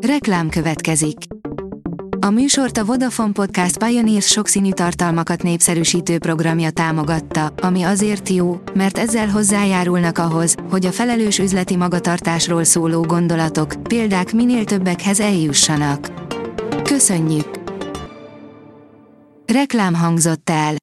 Reklám következik. A műsort a Vodafone Podcast Pioneers sokszínű tartalmakat népszerűsítő programja támogatta, ami azért jó, mert ezzel hozzájárulnak ahhoz, hogy a felelős üzleti magatartásról szóló gondolatok, példák minél többekhez eljussanak. Köszönjük! Reklám hangzott el.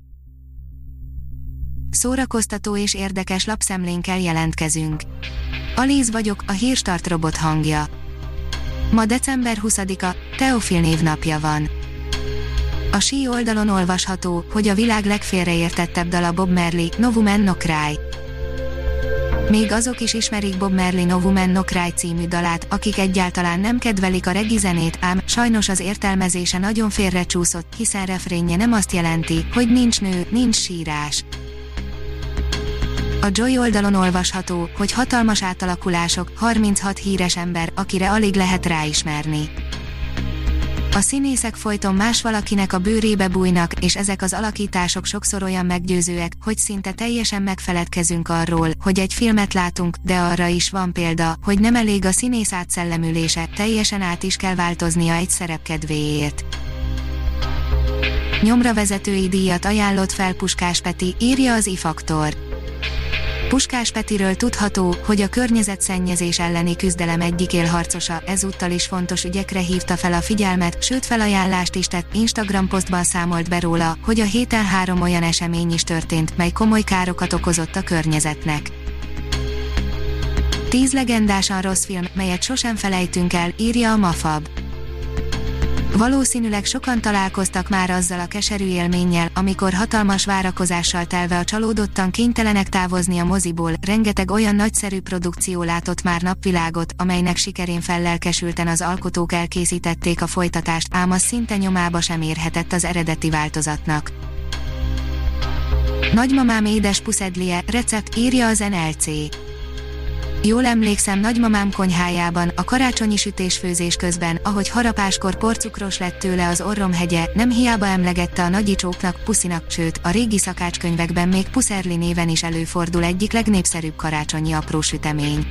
Szórakoztató és érdekes lapszemlénkkel jelentkezünk. Alíz vagyok, a Hírstart robot hangja. Ma december 20-a, Teofil névnapja van. A Sí oldalon olvasható, hogy a világ legfélreértettebb dala Bob Marley, No Woman No Cry. Még azok is ismerik Bob Marley No Woman No Cry című dalát, akik egyáltalán nem kedvelik a reggae zenét, ám sajnos az értelmezése nagyon félrecsúszott, hiszen refrénje nem azt jelenti, hogy nincs nő, nincs sírás. A Joy oldalon olvasható, hogy hatalmas átalakulások, 36 híres ember, akire alig lehet ráismerni. A színészek folyton más valakinek a bőrébe bújnak, és ezek az alakítások sokszor olyan meggyőzőek, hogy szinte teljesen megfeledkezünk arról, hogy egy filmet látunk, de arra is van példa, hogy nem elég a színész átszellemülése, teljesen át is kell változnia egy szerep kedvéért. Nyomra vezetői díjat ajánlott fel Puskás Peti, írja az i-faktor. Puskás Petiről tudható, hogy a környezetszennyezés elleni küzdelem egyik élharcosa, ezúttal is fontos ügyekre hívta fel a figyelmet, sőt felajánlást is tett, Instagram posztban számolt be róla, hogy a héten 3 olyan esemény is történt, mely komoly károkat okozott a környezetnek. 10 legendásan rossz film, melyet sosem felejtünk el, írja a Mafab. Valószínűleg sokan találkoztak már azzal a keserű élménnyel, amikor hatalmas várakozással telve a csalódottan kénytelenek távozni a moziból, rengeteg olyan nagyszerű produkció látott már napvilágot, amelynek sikerén fellelkesülten az alkotók elkészítették a folytatást, ám az szinte nyomába sem érhetett az eredeti változatnak. Nagymamám édes puszedlie, recept, írja az NLC. Jól emlékszem nagymamám konyhájában, a karácsonyi sütésfőzés közben, ahogy harapáskor porcukros lett tőle az orromhegye, nem hiába emlegette a nagyicsóknak, puszinak, sőt, a régi szakácskönyvekben még puszerli néven is előfordul egyik legnépszerűbb karácsonyi aprósütemény.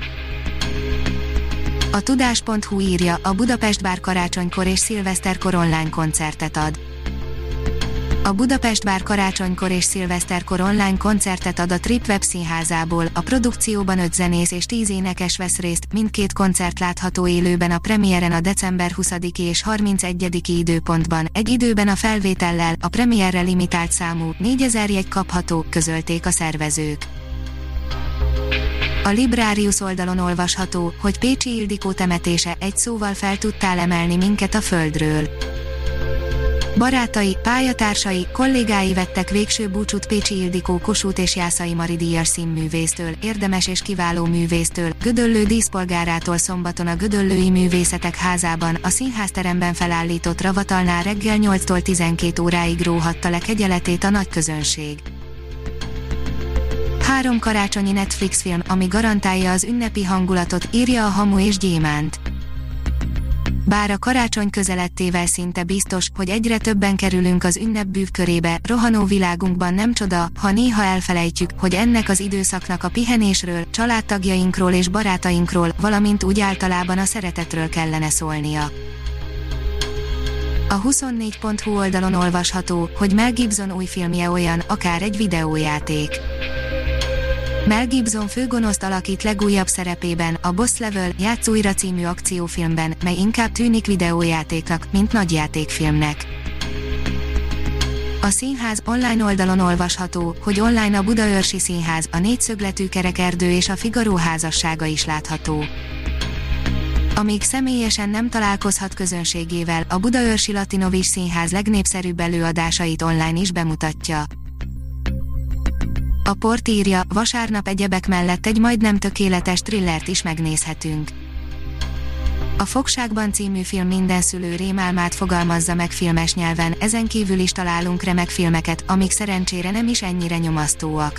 A tudás.hu írja, a Budapest Bár karácsonykor és szilveszterkor online koncertet ad. A Budapest Bár karácsonykor és szilveszterkor online koncertet ad a Trip Web színházából, a produkcióban 5 zenész és 10 énekes vesz részt, mindkét koncert látható élőben a premiéren a december 20-i és 31-i időpontban, egy időben a felvétellel, a premiérre limitált számú, 4000 jegy kapható, közölték a szervezők. A Librarius oldalon olvasható, hogy Pécsi Ildikó temetése, egy szóval fel tudtál emelni minket a földről. Barátai, pályatársai, kollégái vettek végső búcsút Pécsi Ildikó Kossuth és Jászai Mari díjas színművésztől, érdemes és kiváló művésztől, Gödöllő díszpolgárától szombaton a Gödöllői Művészetek Házában, a színházteremben felállított ravatalnál reggel 8-tól 12 óráig róhatta le kegyeletét a nagy közönség. 3 karácsonyi Netflix film, ami garantálja az ünnepi hangulatot, írja a Hamu és Gyémánt. Bár a karácsony közeledtével szinte biztos, hogy egyre többen kerülünk az ünnep bűvkörébe, rohanó világunkban nem csoda, ha néha elfelejtjük, hogy ennek az időszaknak a pihenésről, családtagjainkról és barátainkról, valamint úgy általában a szeretetről kellene szólnia. A 24.hu oldalon olvasható, hogy Mel Gibson új filmje olyan, akár egy videójáték. Mel Gibson főgonoszt alakít legújabb szerepében, a Boss Level, Játsz újra című akciófilmben, mely inkább tűnik videójátéknak, mint nagyjátékfilmnek. A színház online oldalon olvasható, hogy online a Budaörsi Színház, a négyszögletű kerekerdő és a Figaro házassága is látható. Amíg személyesen nem találkozhat közönségével, a Budaörsi Latinovis Színház legnépszerűbb előadásait online is bemutatja. A Port írja, vasárnap egyebek mellett egy majdnem tökéletes thrillert is megnézhetünk. A Fogságban című film minden szülő rémálmát fogalmazza meg filmes nyelven, ezen kívül is találunk remek filmeket, amik szerencsére nem is ennyire nyomasztóak.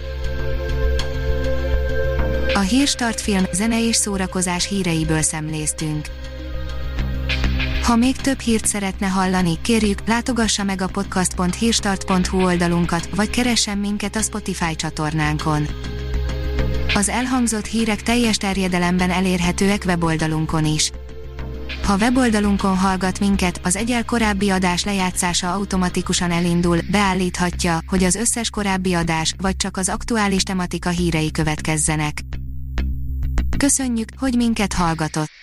A Hírstart film, zene és szórakozás híreiből szemléztünk. Ha még több hírt szeretne hallani, kérjük, látogassa meg a podcast.hírstart.hu oldalunkat, vagy keressen minket a Spotify csatornánkon. Az elhangzott hírek teljes terjedelemben elérhetőek weboldalunkon is. Ha weboldalunkon hallgat minket, az egyel korábbi adás lejátszása automatikusan elindul, beállíthatja, hogy az összes korábbi adás, vagy csak az aktuális tematika hírei következzenek. Köszönjük, hogy minket hallgatott!